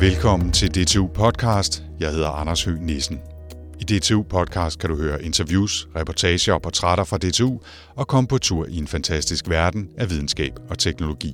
Velkommen til DTU Podcast. Jeg hedder Anders Høgh Nissen. I DTU Podcast kan du høre interviews, reportager og portrætter fra DTU og komme på tur i en fantastisk verden af videnskab og teknologi.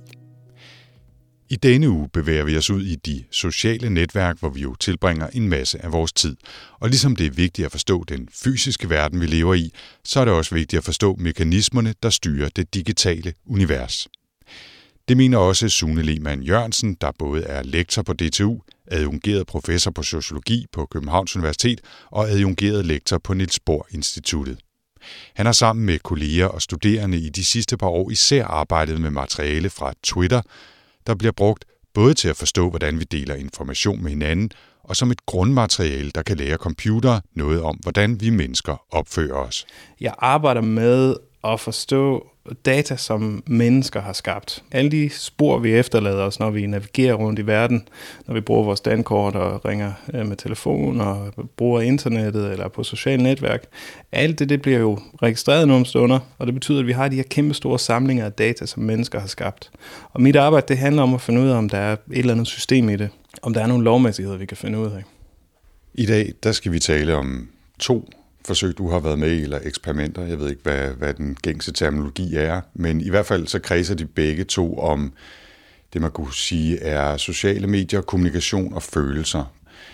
I denne uge bevæger vi os ud i de sociale netværk, hvor vi jo tilbringer en masse af vores tid. Og ligesom det er vigtigt at forstå den fysiske verden, vi lever i, så er det også vigtigt at forstå mekanismerne, der styrer det digitale univers. Det mener også Sune Lehmann Jørgensen, der både er lektor på DTU, adjungeret professor på sociologi på Københavns Universitet og adjungeret lektor på Niels Bohr Instituttet. Han har sammen med kolleger og studerende i de sidste par år især arbejdet med materiale fra Twitter, der bliver brugt både til at forstå, hvordan vi deler information med hinanden, og som et grundmateriale, der kan lære computere noget om, hvordan vi mennesker opfører os. Jeg arbejder med at forstå data, som mennesker har skabt. Alle de spor, vi efterlader os, når vi navigerer rundt i verden, når vi bruger vores dankort og ringer med telefon og bruger internettet eller på sociale netværk, alt det bliver jo registreret nogle stunder, og det betyder, at vi har de her kæmpe store samlinger af data, som mennesker har skabt. Og mit arbejde, det handler om at finde ud af, om der er et eller andet system i det, om der er nogle lovmæssigheder, vi kan finde ud af. I dag, der skal vi tale om 2 forsøg, du har været med i, eller eksperimenter. Jeg ved ikke, hvad den gængse terminologi er, men i hvert fald så kredser de begge 2 om det, man kunne sige er sociale medier, kommunikation og følelser.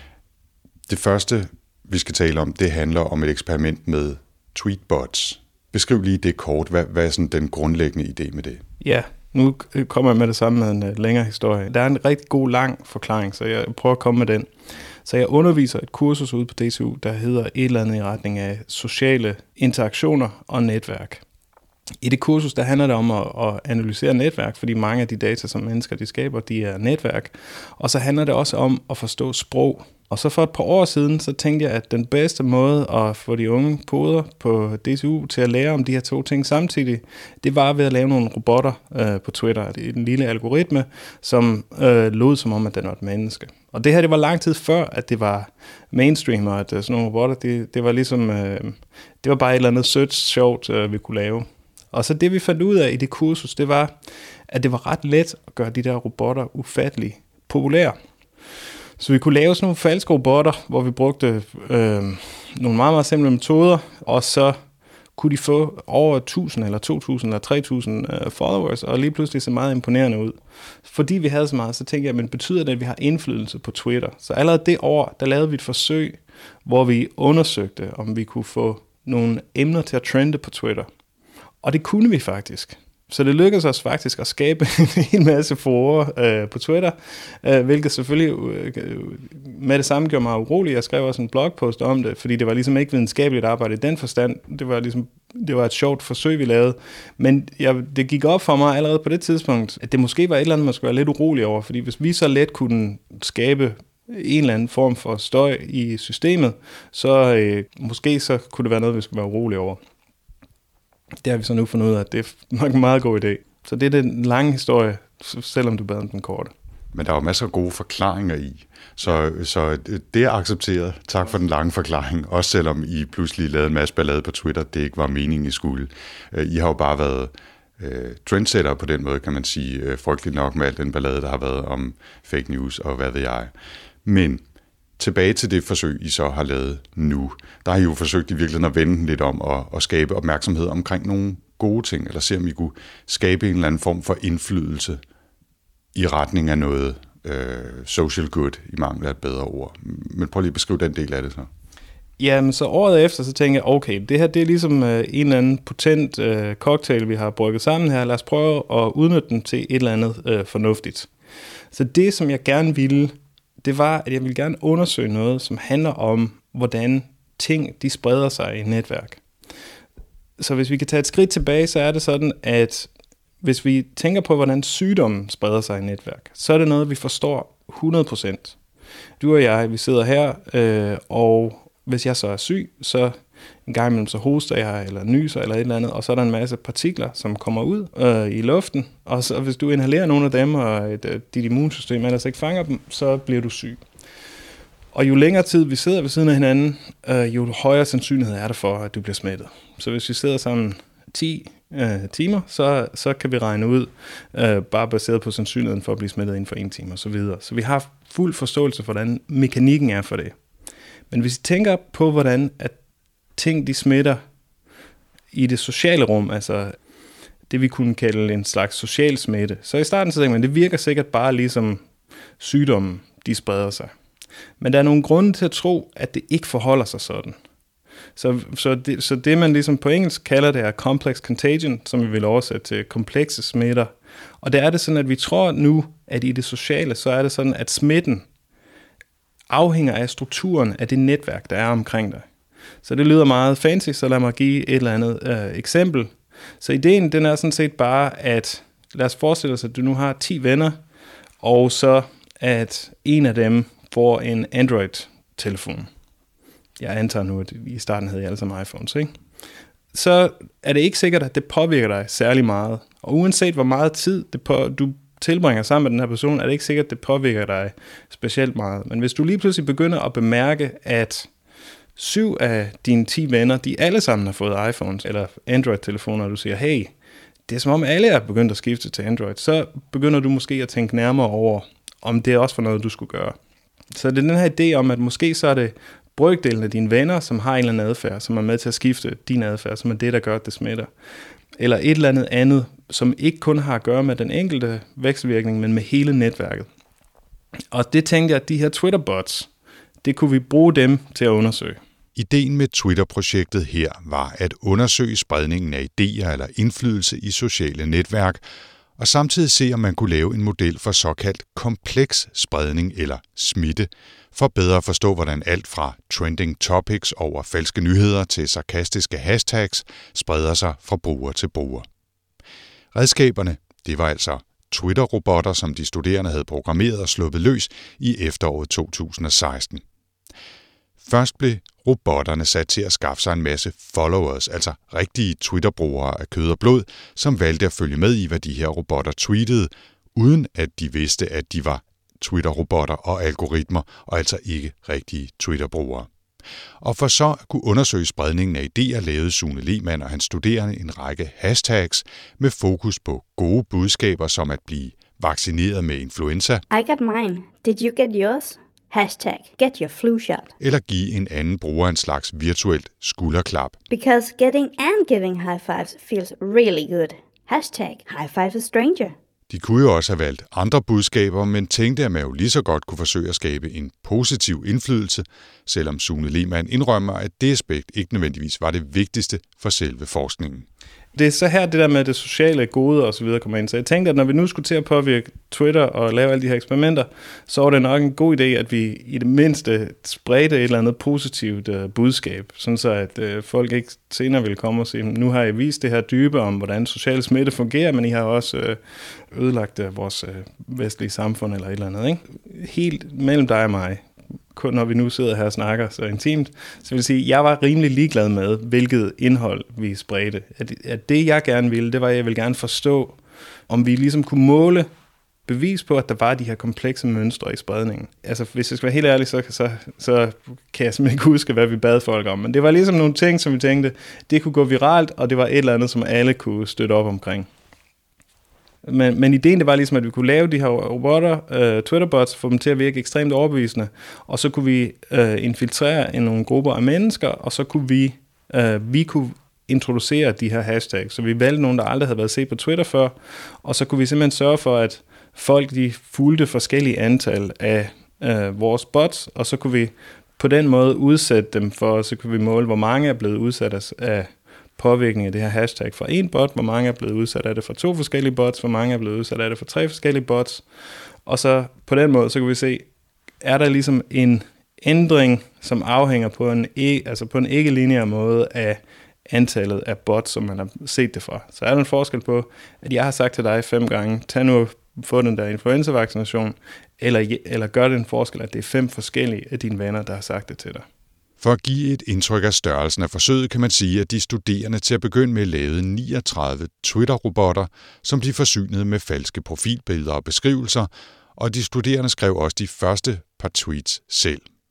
Det første, vi skal tale om, det handler om et eksperiment med tweetbots. Beskriv lige det kort. Hvad er sådan den grundlæggende idé med det? Ja, nu kommer jeg med det samme med en længere historie. Der er en rigtig god lang forklaring, så jeg prøver at komme med den. Så jeg underviser et kursus ude på DTU, der hedder et eller andet i retning af sociale interaktioner og netværk. I det kursus, der handler det om at analysere netværk, fordi mange af de data, som mennesker de skaber, de er netværk. Og så handler det også om at forstå sprog. Og så for et par år siden, så tænkte jeg, at den bedste måde at få de unge poder på DTU til at lære om de her 2 ting samtidig, det var ved at lave nogle robotter på Twitter. Det er en lille algoritme, som lød som om, at den var et menneske. Og det her, det var lang tid før, at det var mainstream, og at sådan nogle robotter, det var ligesom, det var bare et eller andet sødt, sjovt, vi kunne lave. Og så det, vi fandt ud af i det kursus, det var, at det var ret let at gøre de der robotter ufattelig populære. Så vi kunne lave sådan nogle falske robotter, hvor vi brugte nogle meget, meget simple metoder, og så kunne de få over 1000 eller 2000 eller 3000 followers, og lige pludselig så meget imponerende ud. Fordi vi havde så meget, så tænkte jeg, men betyder det, at vi har indflydelse på Twitter? Så allerede det år, der lavede vi et forsøg, hvor vi undersøgte, om vi kunne få nogle emner til at trende på Twitter. Og det kunne vi faktisk. Så det lykkedes os faktisk at skabe en hel masse forer på Twitter, hvilket selvfølgelig med det samme gjorde mig urolig. Jeg skrev også en blogpost om det, fordi det var ligesom ikke videnskabeligt arbejde i den forstand. Det var et sjovt forsøg, vi lavede. Men det gik op for mig allerede på det tidspunkt, at det måske var et eller andet, man skulle være lidt urolig over. Fordi hvis vi så let kunne skabe en eller anden form for støj i systemet, så måske så kunne det være noget, vi skulle være urolige over. Det har vi så nu fundet ud af, at det er nok en meget god idé. Så det er den lange historie, selvom du bad om den korte. Men der er jo masser af gode forklaringer i, så det er accepteret. Tak for den lange forklaring, også selvom I pludselig lavede en masse ballade på Twitter, det ikke var meningen, I skulle. I har jo bare været trendsetter på den måde, kan man sige, frygteligt nok med al den ballade, der har været om fake news og hvad ved jeg. Men tilbage til det forsøg, I så har lavet nu. Der har I jo forsøgt i virkeligheden at vende lidt om at skabe opmærksomhed omkring nogle gode ting, eller se om I kunne skabe en eller anden form for indflydelse i retning af noget social good, i mangel af et bedre ord. Men prøv lige at beskrive den del af det så. Jamen, så året efter, så tænker jeg, okay, det her det er ligesom en eller anden potent cocktail, vi har brygget sammen her. Lad os prøve at udnytte den til et eller andet fornuftigt. Så det, som jeg gerne ville, det var, at jeg ville gerne undersøge noget, som handler om, hvordan ting de spreder sig i netværk. Så hvis vi kan tage et skridt tilbage, så er det sådan, at hvis vi tænker på, hvordan sygdommen spreder sig i netværk, så er det noget, vi forstår 100%. Du og jeg, vi sidder her, og hvis jeg så er syg, så en gang imellem så hoster jeg, eller nyser, eller et eller andet, og så er der en masse partikler, som kommer ud i luften, og så hvis du inhalerer nogle af dem, og dit immunsystem ellers ikke fanger dem, så bliver du syg. Og jo længere tid vi sidder ved siden af hinanden, jo højere sandsynlighed er der for, at du bliver smittet. Så hvis vi sidder sammen 10 timer, så kan vi regne ud, bare baseret på sandsynligheden for at blive smittet inden for 1 time osv. Så vi har fuld forståelse for, hvordan mekanikken er for det. Men hvis I tænker på, hvordan at ting de smitter i det sociale rum, altså det vi kunne kalde en slags social smitte, så i starten så tænker man, det virker sikkert bare ligesom sygdommen, de spreder sig. Men der er nogle grunde til at tro, at det ikke forholder sig sådan. Så det man ligesom på engelsk kalder det er complex contagion, som vi vil oversætte til komplekse smitter. Og det er det sådan, at vi tror nu, at i det sociale, så er det sådan, at smitten afhænger af strukturen af det netværk, der er omkring dig. Så det lyder meget fancy, så lad mig give et eller andet eksempel. Så ideen, den er sådan set bare, at lad os forestille os, at du nu har 10 venner, og så at en af dem får en Android-telefon. Jeg antager nu, at i starten havde jeg alle sammen iPhones, ikke? Så er det ikke sikkert, at det påvirker dig særlig meget. Og uanset hvor meget tid du tilbringer sammen med den her person, er det ikke sikkert, at det påvirker dig specielt meget. Men hvis du lige pludselig begynder at bemærke, at 7 af dine 10 venner, de alle sammen har fået iPhones eller Android-telefoner, og du siger, hey, det er som om alle er begyndt at skifte til Android, så begynder du måske at tænke nærmere over, om det er også for noget, du skulle gøre. Så det er den her idé om, at måske så er det brøkdelen af dine venner, som har en eller anden adfærd, som er med til at skifte din adfærd, som er det, der gør, at det smitter. Eller et eller andet, som ikke kun har at gøre med den enkelte vekselvirkning, men med hele netværket. Og det tænkte jeg, at de her Twitter-bots, det kunne vi bruge dem til at undersøge. Ideen med Twitter-projektet her var at undersøge spredningen af idéer eller indflydelse i sociale netværk, og samtidig se, om man kunne lave en model for såkaldt kompleks spredning eller smitte, for bedre at forstå, hvordan alt fra trending topics over falske nyheder til sarkastiske hashtags spreder sig fra bruger til bruger. Redskaberne, det var altså Twitter-robotter, som de studerende havde programmeret og sluppet løs i efteråret 2016. Først blev robotterne sat til at skaffe sig en masse followers, altså rigtige Twitter-brugere af kød og blod, som valgte at følge med i, hvad de her robotter tweetede, uden at de vidste, at de var Twitter-robotter og algoritmer, og altså ikke rigtige Twitter-brugere. Og for så at kunne undersøge spredningen af idéer, lavede Sune Lehmann og hans studerende en række hashtags med fokus på gode budskaber som at blive vaccineret med influenza. I got mine. Did you get yours? Hashtag get your flu shot. Eller give en anden bruger en slags virtuelt skulderklap. Because getting and giving high fives feels really good. Hashtag high fives a stranger. De kunne jo også have valgt andre budskaber, men tænkte, at man jo lige så godt kunne forsøge at skabe en positiv indflydelse, selvom Sune Lehmann indrømmer, at det aspekt ikke nødvendigvis var det vigtigste for selve forskningen. Det er så her det der med det sociale gode og så videre kommer ind. Så jeg tænkte, at når vi nu skulle til at påvirke Twitter og lave alle de her eksperimenter, så var det nok en god idé, at vi i det mindste spredte et eller andet positivt budskab, sådan så at folk ikke senere ville komme og sige, nu har I vist det her dybe om, hvordan social smitte fungerer, men I har også ødelagt vores vestlige samfund eller et eller andet. Ikke? Helt mellem dig og mig, kun når vi nu sidder her og snakker så intimt, så vil jeg sige, at jeg var rimelig ligeglad med, hvilket indhold vi spredte. At det, jeg gerne ville, det var, at jeg ville gerne forstå, om vi ligesom kunne måle bevis på, at der var de her komplekse mønstre i spredningen. Altså, hvis jeg skal være helt ærlig, så kan jeg simpelthen ikke huske, hvad vi bad folk om. Men det var ligesom nogle ting, som vi tænkte, det kunne gå viralt, og det var et eller andet, som alle kunne støtte op omkring. Men ideen det var ligesom, at vi kunne lave de her robotter, Twitter-bots, få dem til at virke ekstremt overbevisende, og så kunne vi infiltrere nogle grupper af mennesker, og så kunne vi kunne introducere de her hashtags. Så vi valgte nogen, der aldrig havde været set på Twitter før, og så kunne vi simpelthen sørge for, at folk de fulgte forskellige antal af vores bots, og så kunne vi på den måde udsætte dem for, så kunne vi måle, hvor mange er blevet udsat af påvirkning af det her hashtag fra en bot, hvor mange er blevet udsat af det fra 2 forskellige bots, hvor mange er blevet udsat af det fra 3 forskellige bots. Og så på den måde, så kan vi se, er der ligesom en ændring, som afhænger på en ikke-lineær måde af antallet af bots, som man har set det fra. Så er der en forskel på, at jeg har sagt til dig 5 gange, tag nu og få den der influenza-vaccination, eller gør det en forskel, at det er 5 forskellige af dine venner, der har sagt det til dig. For at give et indtryk af størrelsen af forsøget, kan man sige, at de studerende til at begynde med lavede 39 Twitter-robotter, som de forsynede med falske profilbilleder og beskrivelser, og de studerende skrev også de første par tweets selv.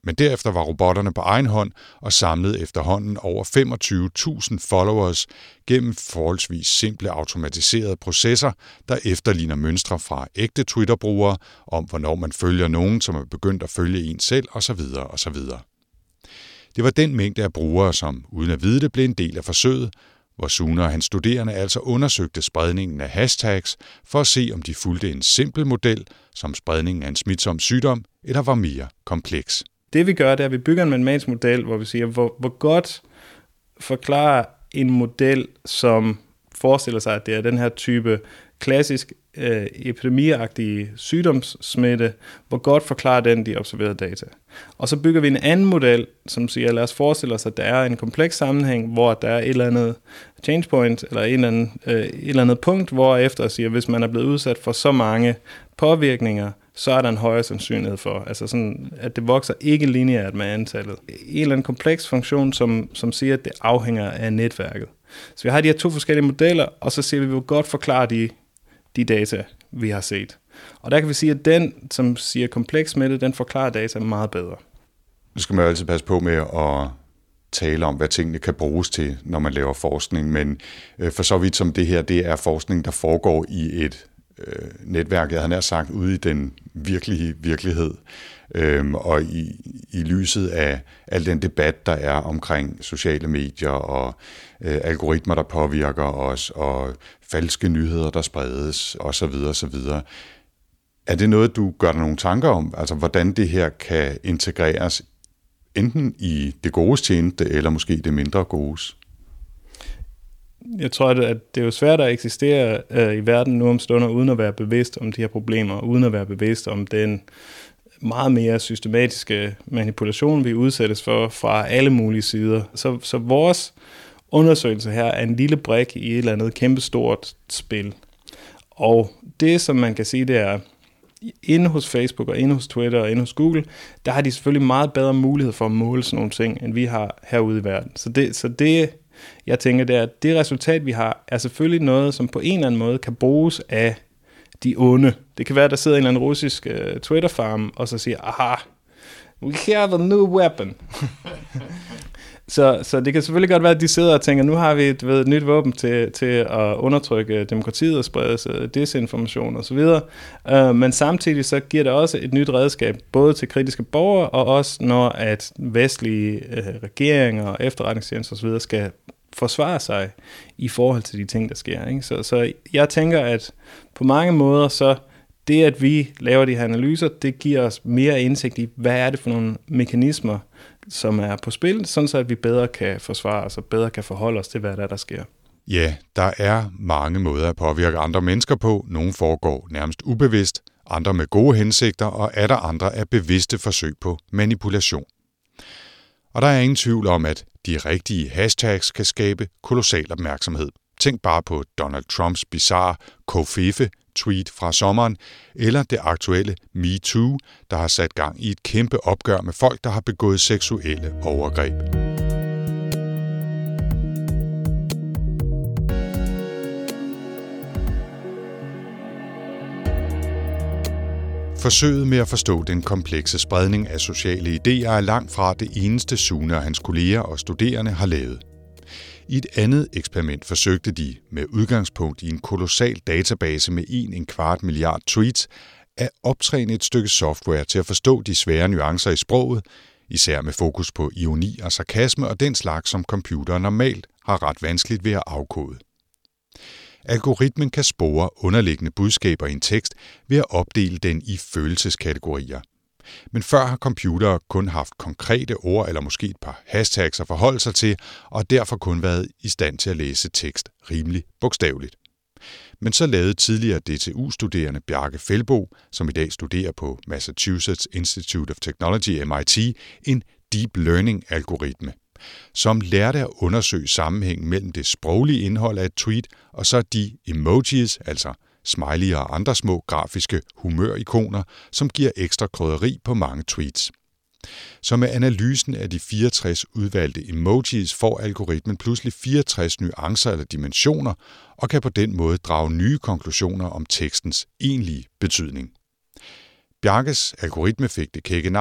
Men derefter var robotterne på egen hånd og samlede efterhånden over 25.000 followers gennem forholdsvis simple automatiserede processer, der efterligner mønstre fra ægte Twitter-brugere om, hvornår man følger nogen, som er begyndt at følge en selv osv. osv. Det var den mængde af brugere, som uden at vide det blev en del af forsøget, hvor Sune og hans studerende altså undersøgte spredningen af hashtags for at se, om de fulgte en simpel model, som spredningen af en smitsom sygdom, eller var mere kompleks. Det vi gør, det er, at vi bygger en matematisk model, hvor vi siger, hvor godt forklarer en model, som forestiller sig, at det er den her type klassisk epidemiagtige sygdomssmitte, hvor godt forklarer den de observerede data. Og så bygger vi en anden model, som siger, lad os forestille os, at der er en kompleks sammenhæng, hvor der er et eller andet change point, eller et eller andet punkt, hvor efter siger, hvis man er blevet udsat for så mange påvirkninger, så er der en højere sandsynlighed for, altså sådan, at det vokser ikke lineært med antallet. En eller anden kompleks funktion, som siger, at det afhænger af netværket. Så vi har de her to forskellige modeller, og så siger vi, hvor godt forklarer de data, vi har set. Og der kan vi sige, at den, som siger kompleks med det, den forklarer data meget bedre. Nu skal man jo altid passe på med at tale om, hvad tingene kan bruges til, når man laver forskning, men for så vidt som det her, det er forskning, der foregår i et netværk, jeg havde nær sagt, ude i den virkelige virkelighed, og i lyset af al den debat, der er omkring sociale medier og algoritmer, der påvirker os, og falske nyheder, der spredes, osv. osv. Er det noget, du gør dig nogle tanker om? Altså, hvordan det her kan integreres enten i det godes tjeneste, eller måske det mindre godes? Jeg tror, at det er jo svært at eksistere i verden nu om stunder, uden at være bevidst om de her problemer, uden at være bevidst om den meget mere systematiske manipulation, vi udsættes for fra alle mulige sider. Så vores undersøgelse her er en lille brik i et eller andet kæmpestort spil. Og det, som man kan sige, det er, inde hos Facebook og inde hos Twitter og inde hos Google, der har de selvfølgelig meget bedre mulighed for at måle sådan nogle ting, end vi har herude i verden. Så det jeg tænker, det er, at det resultat, vi har, er selvfølgelig noget, som på en eller anden måde kan bruges af de onde. Det kan være, at der sidder en eller anden russisk Twitter-farm, og så siger, aha, we have a new weapon. Så det kan selvfølgelig godt være, at de sidder og tænker, nu har vi et nyt våben til at undertrykke demokratiet og sprede desinformation osv. Men samtidig så giver det også et nyt redskab, både til kritiske borgere, og også når at vestlige regeringer og efterretningstjenester osv. skal forsvare sig i forhold til de ting, der sker. Ikke? Så jeg tænker, at på mange måder, så det, at vi laver de her analyser, det giver os mere indsigt i, hvad er det for nogle mekanismer, som er på spil, sådan så at vi bedre kan forsvare os og bedre kan forholde os til, hvad der sker. Ja, der er mange måder at påvirke andre mennesker på. Nogle foregår nærmest ubevidst, andre med gode hensigter, og er der andre af bevidste forsøg på manipulation. Og der er ingen tvivl om, at de rigtige hashtags kan skabe kolossal opmærksomhed. Tænk bare på Donald Trumps bizarre Kofefe-tweet fra sommeren, eller det aktuelle MeToo, der har sat gang i et kæmpe opgør med folk, der har begået seksuelle overgreb. Forsøget med at forstå den komplekse spredning af sociale idéer er langt fra det eneste Sune og hans kolleger og studerende har lavet. I et andet eksperiment forsøgte de, med udgangspunkt i en kolossal database med 1,25 milliard tweets, at optræne et stykke software til at forstå de svære nuancer i sproget, især med fokus på ironi og sarkasme og den slags, som computere normalt har ret vanskeligt ved at afkode. Algoritmen kan spore underliggende budskaber i en tekst ved at opdele den i følelseskategorier. Men før har computere kun haft konkrete ord eller måske et par hashtags at forholde sig til, og derfor kun været i stand til at læse tekst rimelig bogstaveligt. Men så lavede tidligere DTU-studerende Bjarke Feldbo, som i dag studerer på Massachusetts Institute of Technology MIT, en deep learning-algoritme, som lærte at undersøge sammenhængen mellem det sproglige indhold af et tweet og så de emojis, altså smiley og andre små grafiske humørikoner, som giver ekstra krydderi på mange tweets. Så med analysen af de 64 udvalgte emojis får algoritmen pludselig 64 nuancer eller dimensioner og kan på den måde drage nye konklusioner om tekstens egentlige betydning. Bjarkes algoritme fik det kække navn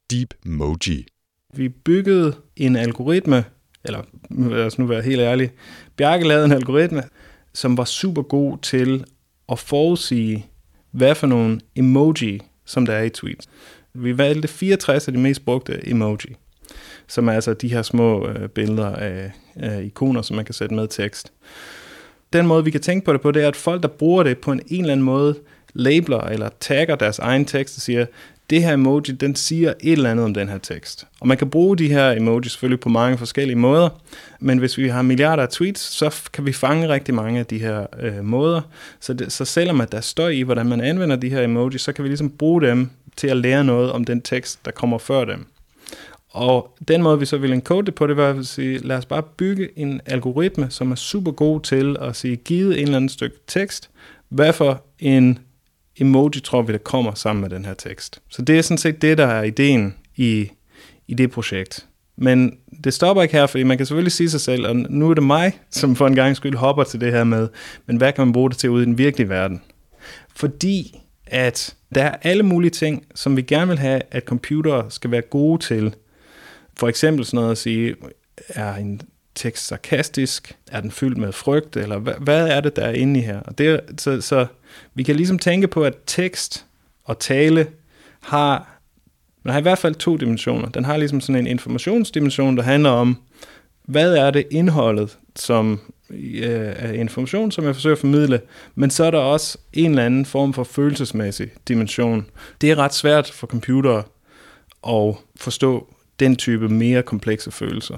Deepmoji. Vi byggede en algoritme, eller lad os nu være helt ærlig, Bjarke lavede en algoritme, som var super god til at forudsige, hvad for nogle emoji, som der er i tweets. Vi valgte 64 af de mest brugte emoji, som er altså de her små billeder af ikoner, som man kan sætte med tekst. Den måde, vi kan tænke på det, det er, at folk, der bruger det på en eller anden måde, labeler eller tagger deres egen tekst og siger, det her emoji, den siger et eller andet om den her tekst. Og man kan bruge de her emoji selvfølgelig på mange forskellige måder, men hvis vi har milliarder af tweets, så kan vi fange rigtig mange af de her måder. Så selvom at der står i, hvordan man anvender de her emoji, så kan vi ligesom bruge dem til at lære noget om den tekst, der kommer før dem. Og den måde, vi så vil encode det på, det var at sige, lad os bare bygge en algoritme, som er super god til at sige, givet en eller anden stykke tekst, hvad for en emoji tror vi, der kommer sammen med den her tekst. Så det er sådan set det, der er ideen i det projekt. Men det stopper ikke her, fordi man kan selvfølgelig sige sig selv, og nu er det mig, som for en gang skyld hopper til det her med, men hvad kan man bruge det til ude i den virkelige verden? Fordi at der er alle mulige ting, som vi gerne vil have, at computere skal være gode til. For eksempel sådan noget at sige, er en tekst sarkastisk? Er den fyldt med frygt? Eller hvad er det, der er inde i her? Og det, så vi kan ligesom tænke på, at tekst og tale har i hvert fald 2 dimensioner. Den har ligesom sådan en informationsdimension, der handler om, hvad er det indholdet, som er information, som jeg forsøger at formidle, men så er der også en eller anden form for følelsesmæssig dimension. Det er ret svært for computere at forstå den type mere komplekse følelser.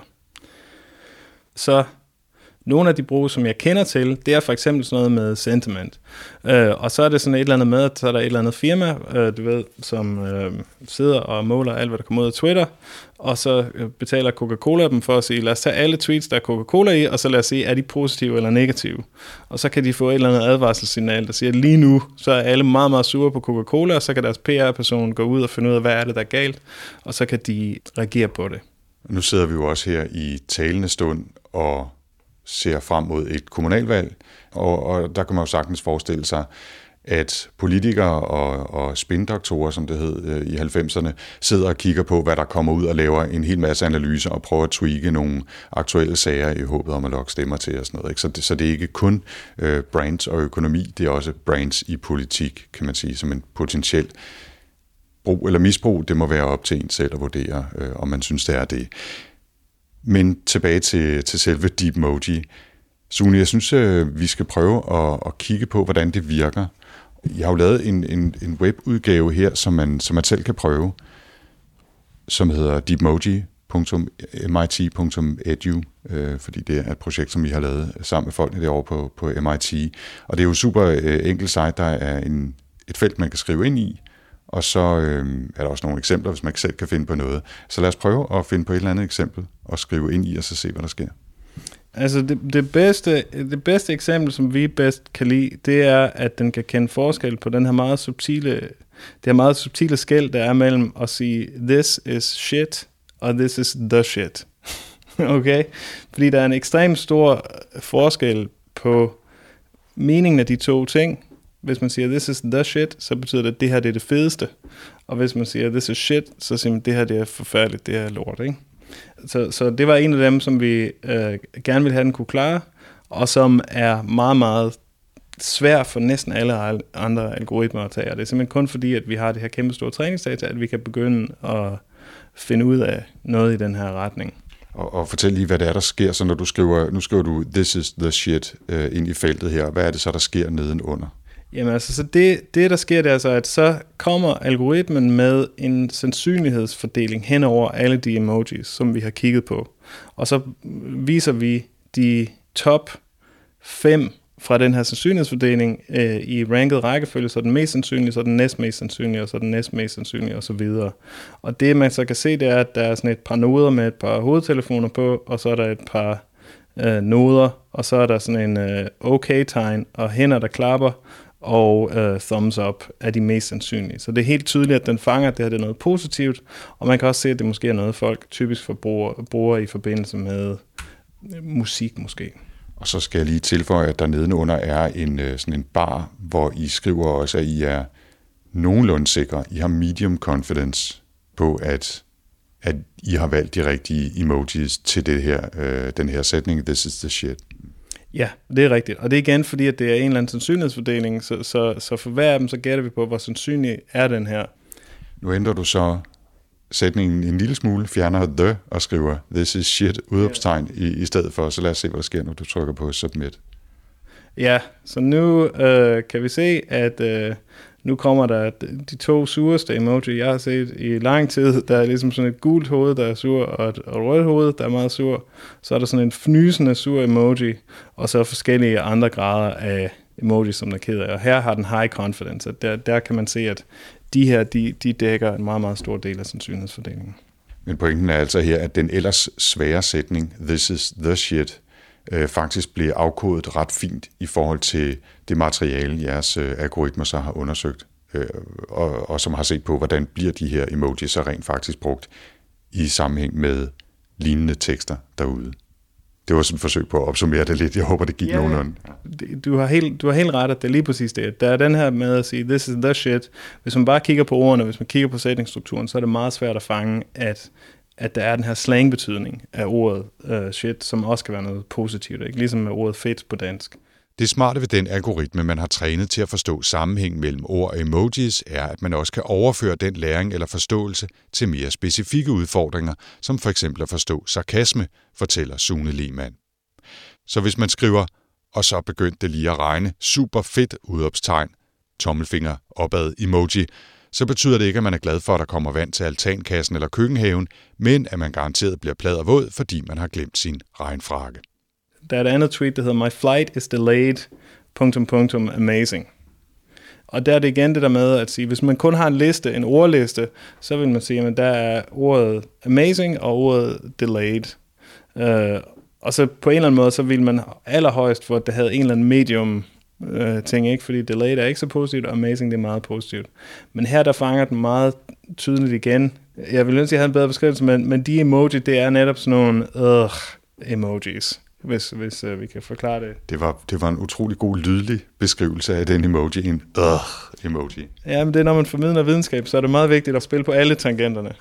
Så nogle af de brug, som jeg kender til, det er for eksempel sådan noget med sentiment. Og så er det sådan et eller andet med, at så er der et eller andet firma, som sidder og måler alt, hvad der kommer ud af Twitter, og så betaler Coca-Cola dem for at sige, lad os tage alle tweets, der er Coca-Cola i, og så lad os se, er de positive eller negative. Og så kan de få et eller andet advarselssignal, der siger, at lige nu, så er alle meget, meget sure på Coca-Cola, og så kan deres PR-person gå ud og finde ud af, hvad er det, der er galt, og så kan de reagere på det. Nu sidder vi jo også her i talende stund og ser frem mod et kommunalvalg, og der kan man jo sagtens forestille sig, at politikere og spindoktorer, som det hed i 90'erne, sidder og kigger på, hvad der kommer ud og laver en hel masse analyser og prøver at tweake nogle aktuelle sager i håbet om at lokke stemmer til og sådan noget. Ikke? Så det er ikke kun brands og økonomi, det er også brands i politik, kan man sige, som en potentiel brug eller misbrug. Det må være op til en selv at vurdere, om man synes, det er det. Men tilbage til selve Deepmoji. Sune, jeg synes, vi skal prøve at kigge på, hvordan det virker. Jeg har jo lavet en webudgave her, som man selv kan prøve, som hedder deepmoji.mit.edu, fordi det er et projekt, som vi har lavet sammen med folkene derovre på MIT. Og det er jo super enkelt site, der er et felt, man kan skrive ind i, og så er der også nogle eksempler, hvis man ikke selv kan finde på noget. Så lad os prøve at finde på et eller andet eksempel og skrive ind i, og så se, hvad der sker. Altså det bedste eksempel, som vi bedst kan lide, det er, at den kan kende forskel på den her meget subtile skel, der er mellem at sige, this is shit, og this is the shit. Okay? Fordi der er en ekstremt stor forskel på meningen af de 2 ting. Hvis man siger, this is the shit, så betyder det, at det her det er det fedeste. Og hvis man siger, this is shit, så siger man, det her det er forfærdeligt, det er lort, ikke? Så det var en af dem, som vi gerne ville have, den kunne klare, og som er meget, meget svær for næsten alle andre algoritmer at tage. Og det er simpelthen kun fordi, at vi har det her kæmpe store træningsdata, at vi kan begynde at finde ud af noget i den her retning. Og fortæl lige, hvad det er, der sker, så når du skriver, nu skriver du, this is the shit, ind i feltet her. Hvad er det så, der sker nedenunder? Jamen altså, så det der sker, det er altså, at så kommer algoritmen med en sandsynlighedsfordeling hen over alle de emojis, som vi har kigget på. Og så viser vi de top 5 fra den her sandsynlighedsfordeling i ranket rækkefølge, så den mest sandsynlige, så den næstmest sandsynlige, og så den næstmest sandsynlige, og så videre. Og det, man så kan se, det er, at der er sådan et par noder med et par hovedtelefoner på, og så er der et par noder, og så er der sådan en okay-tegn, og hænder, der klapper, og thumbs up er de mest sandsynlige. Så det er helt tydeligt, at den fanger, at det her det er noget positivt, og man kan også se, at det måske er noget, folk typisk bruger i forbindelse med musik måske. Og så skal jeg lige tilføje, at der nedenunder er sådan en bar, hvor I skriver også, at I er nogenlunde sikre. I har medium confidence på, at at I har valgt de rigtige emojis til det her, den her sætning, this is the shit. Ja, det er rigtigt. Og det er igen fordi, at det er en eller anden sandsynlighedsfordeling, så for hver af dem, så gætter vi på, hvor sandsynlig er den her. Nu ændrer du så sætningen en lille smule, fjerner the og skriver this is shit, udopstegn i stedet for. Så lad os se, hvad der sker, når du trykker på submit. Ja, så nu kan vi se, at nu kommer der de 2 sureste emoji, jeg har set i lang tid. Der er ligesom sådan et gult hoved, der er sur, og et rødt hoved, der er meget sur. Så er der sådan en fnysende sur emoji, og så forskellige andre grader af emoji, som der er ked af. Og her har den high confidence, og der kan man se, at de her, de dækker en meget, meget stor del af sandsynlighedsfordelingen. Men pointen er altså her, at den ellers svære sætning, this is the shit, faktisk bliver afkodet ret fint i forhold til det materiale, jeres algoritmer så har undersøgt, og som har set på, hvordan bliver de her emojis så rent faktisk brugt i sammenhæng med lignende tekster derude. Det var sådan et forsøg på at opsummere det lidt. Jeg håber, det gik nogenlunde. Du har helt ret, at det er lige præcis det. Der er den her med at sige, this is the shit. Hvis man bare kigger på ordene, hvis man kigger på sætningsstrukturen, så er det meget svært at fange, at der er den her slangbetydning af ordet shit, som også kan være noget positivt, ikke? Ligesom med ordet fedt på dansk. Det smarte ved den algoritme, man har trænet til at forstå sammenhæng mellem ord og emojis, er, at man også kan overføre den læring eller forståelse til mere specifikke udfordringer, som for eksempel at forstå sarkasme, fortæller Sune Lehmann. Så hvis man skriver, og så begyndte det lige at regne, super fedt udopstegn, tommelfinger opad emoji, så betyder det ikke, at man er glad for, at der kommer vand til altankassen eller køkkenhaven, men at man garanteret bliver pladdervåd, fordi man har glemt sin regnfrakke. Der er et andet tweet, der hedder, my flight is delayed, ... amazing. Og der er det igen det der med at sige, hvis man kun har en liste, en ordliste, så vil man sige, at der er ordet amazing og ordet delayed. Og så på en eller anden måde, så vil man allerhøjst for, at det havde en eller anden medium ting, ikke? Fordi delayed er ikke så positivt, og amazing det er meget positivt. Men her der fanger den meget tydeligt igen. Jeg vil ønske, at jeg havde en bedre beskrivelse, men de emoji, det er netop sådan nogle emojis. Hvis vi kan forklare det. Det var en utrolig god lydlig beskrivelse af den emoji, en emoji. Ja, men det er, når man formidler videnskab, så er det meget vigtigt at spille på alle tangenterne.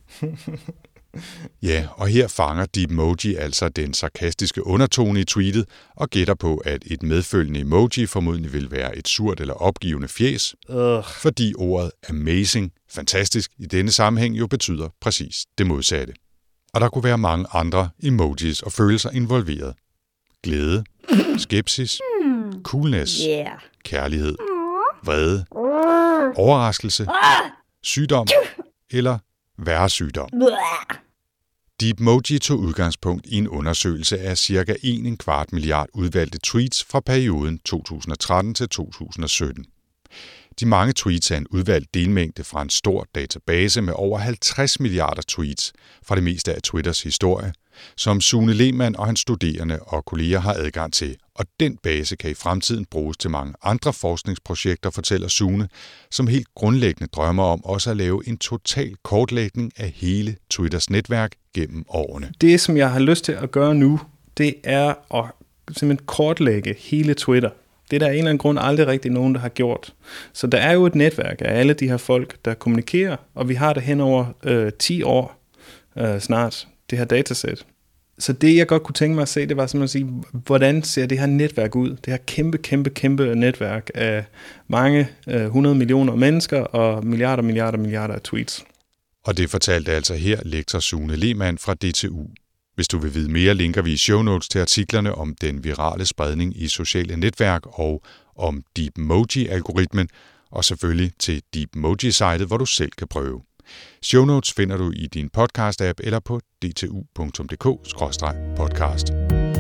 Ja, og her fanger Deepmoji altså den sarkastiske undertone i tweetet og gætter på, at et medfølgende emoji formodentlig vil være et surt eller opgivende fjes, fordi ordet amazing, fantastisk, i denne sammenhæng jo betyder præcis det modsatte. Og der kunne være mange andre emojis og følelser involveret. Glæde, skepsis, coolness, kærlighed, vrede, overraskelse, sygdom eller værre sygdom. Deepmoji tog udgangspunkt i en undersøgelse af ca. 1,25 milliard udvalgte tweets fra perioden 2013 til 2017. De mange tweets er en udvalgt delmængde fra en stor database med over 50 milliarder tweets fra det meste af Twitters historie, som Sune Lehmann og hans studerende og kolleger har adgang til, og den base kan i fremtiden bruges til mange andre forskningsprojekter, fortæller Sune, som helt grundlæggende drømmer om også at lave en total kortlægning af hele Twitters netværk gennem årene. Det, som jeg har lyst til at gøre nu, det er at simpelthen kortlægge hele Twitter. Det er der af en eller anden grund aldrig rigtig nogen, der har gjort. Så der er jo et netværk af alle de her folk, der kommunikerer, og vi har det hen over 10 år snart, det her datasæt. Så det, jeg godt kunne tænke mig at se, det var simpelthen at sige, hvordan ser det her netværk ud? Det her kæmpe netværk af mange 100 millioner mennesker og milliarder af tweets. Og det fortalte altså her lektor Sune Lehmann fra DTU. Hvis du vil vide mere, linker vi i show notes til artiklerne om den virale spredning i sociale netværk og om Deepmoji-algoritmen, og selvfølgelig til Deepmoji-sitet, hvor du selv kan prøve. Show notes finder du i din podcast-app eller på dtu.dk/podcast.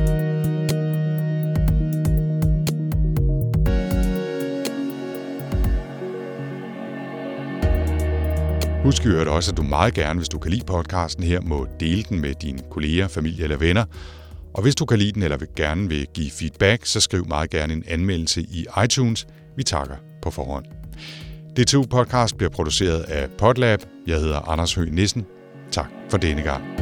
Husk i øvrigt også, at du meget gerne, hvis du kan lide podcasten her, må dele den med dine kolleger, familie eller venner. Og hvis du kan lide den eller gerne vil give feedback, så skriv meget gerne en anmeldelse i iTunes. Vi takker på forhånd. DTU Podcast bliver produceret af Podlab. Jeg hedder Anders Høgh Nissen. Tak for denne gang.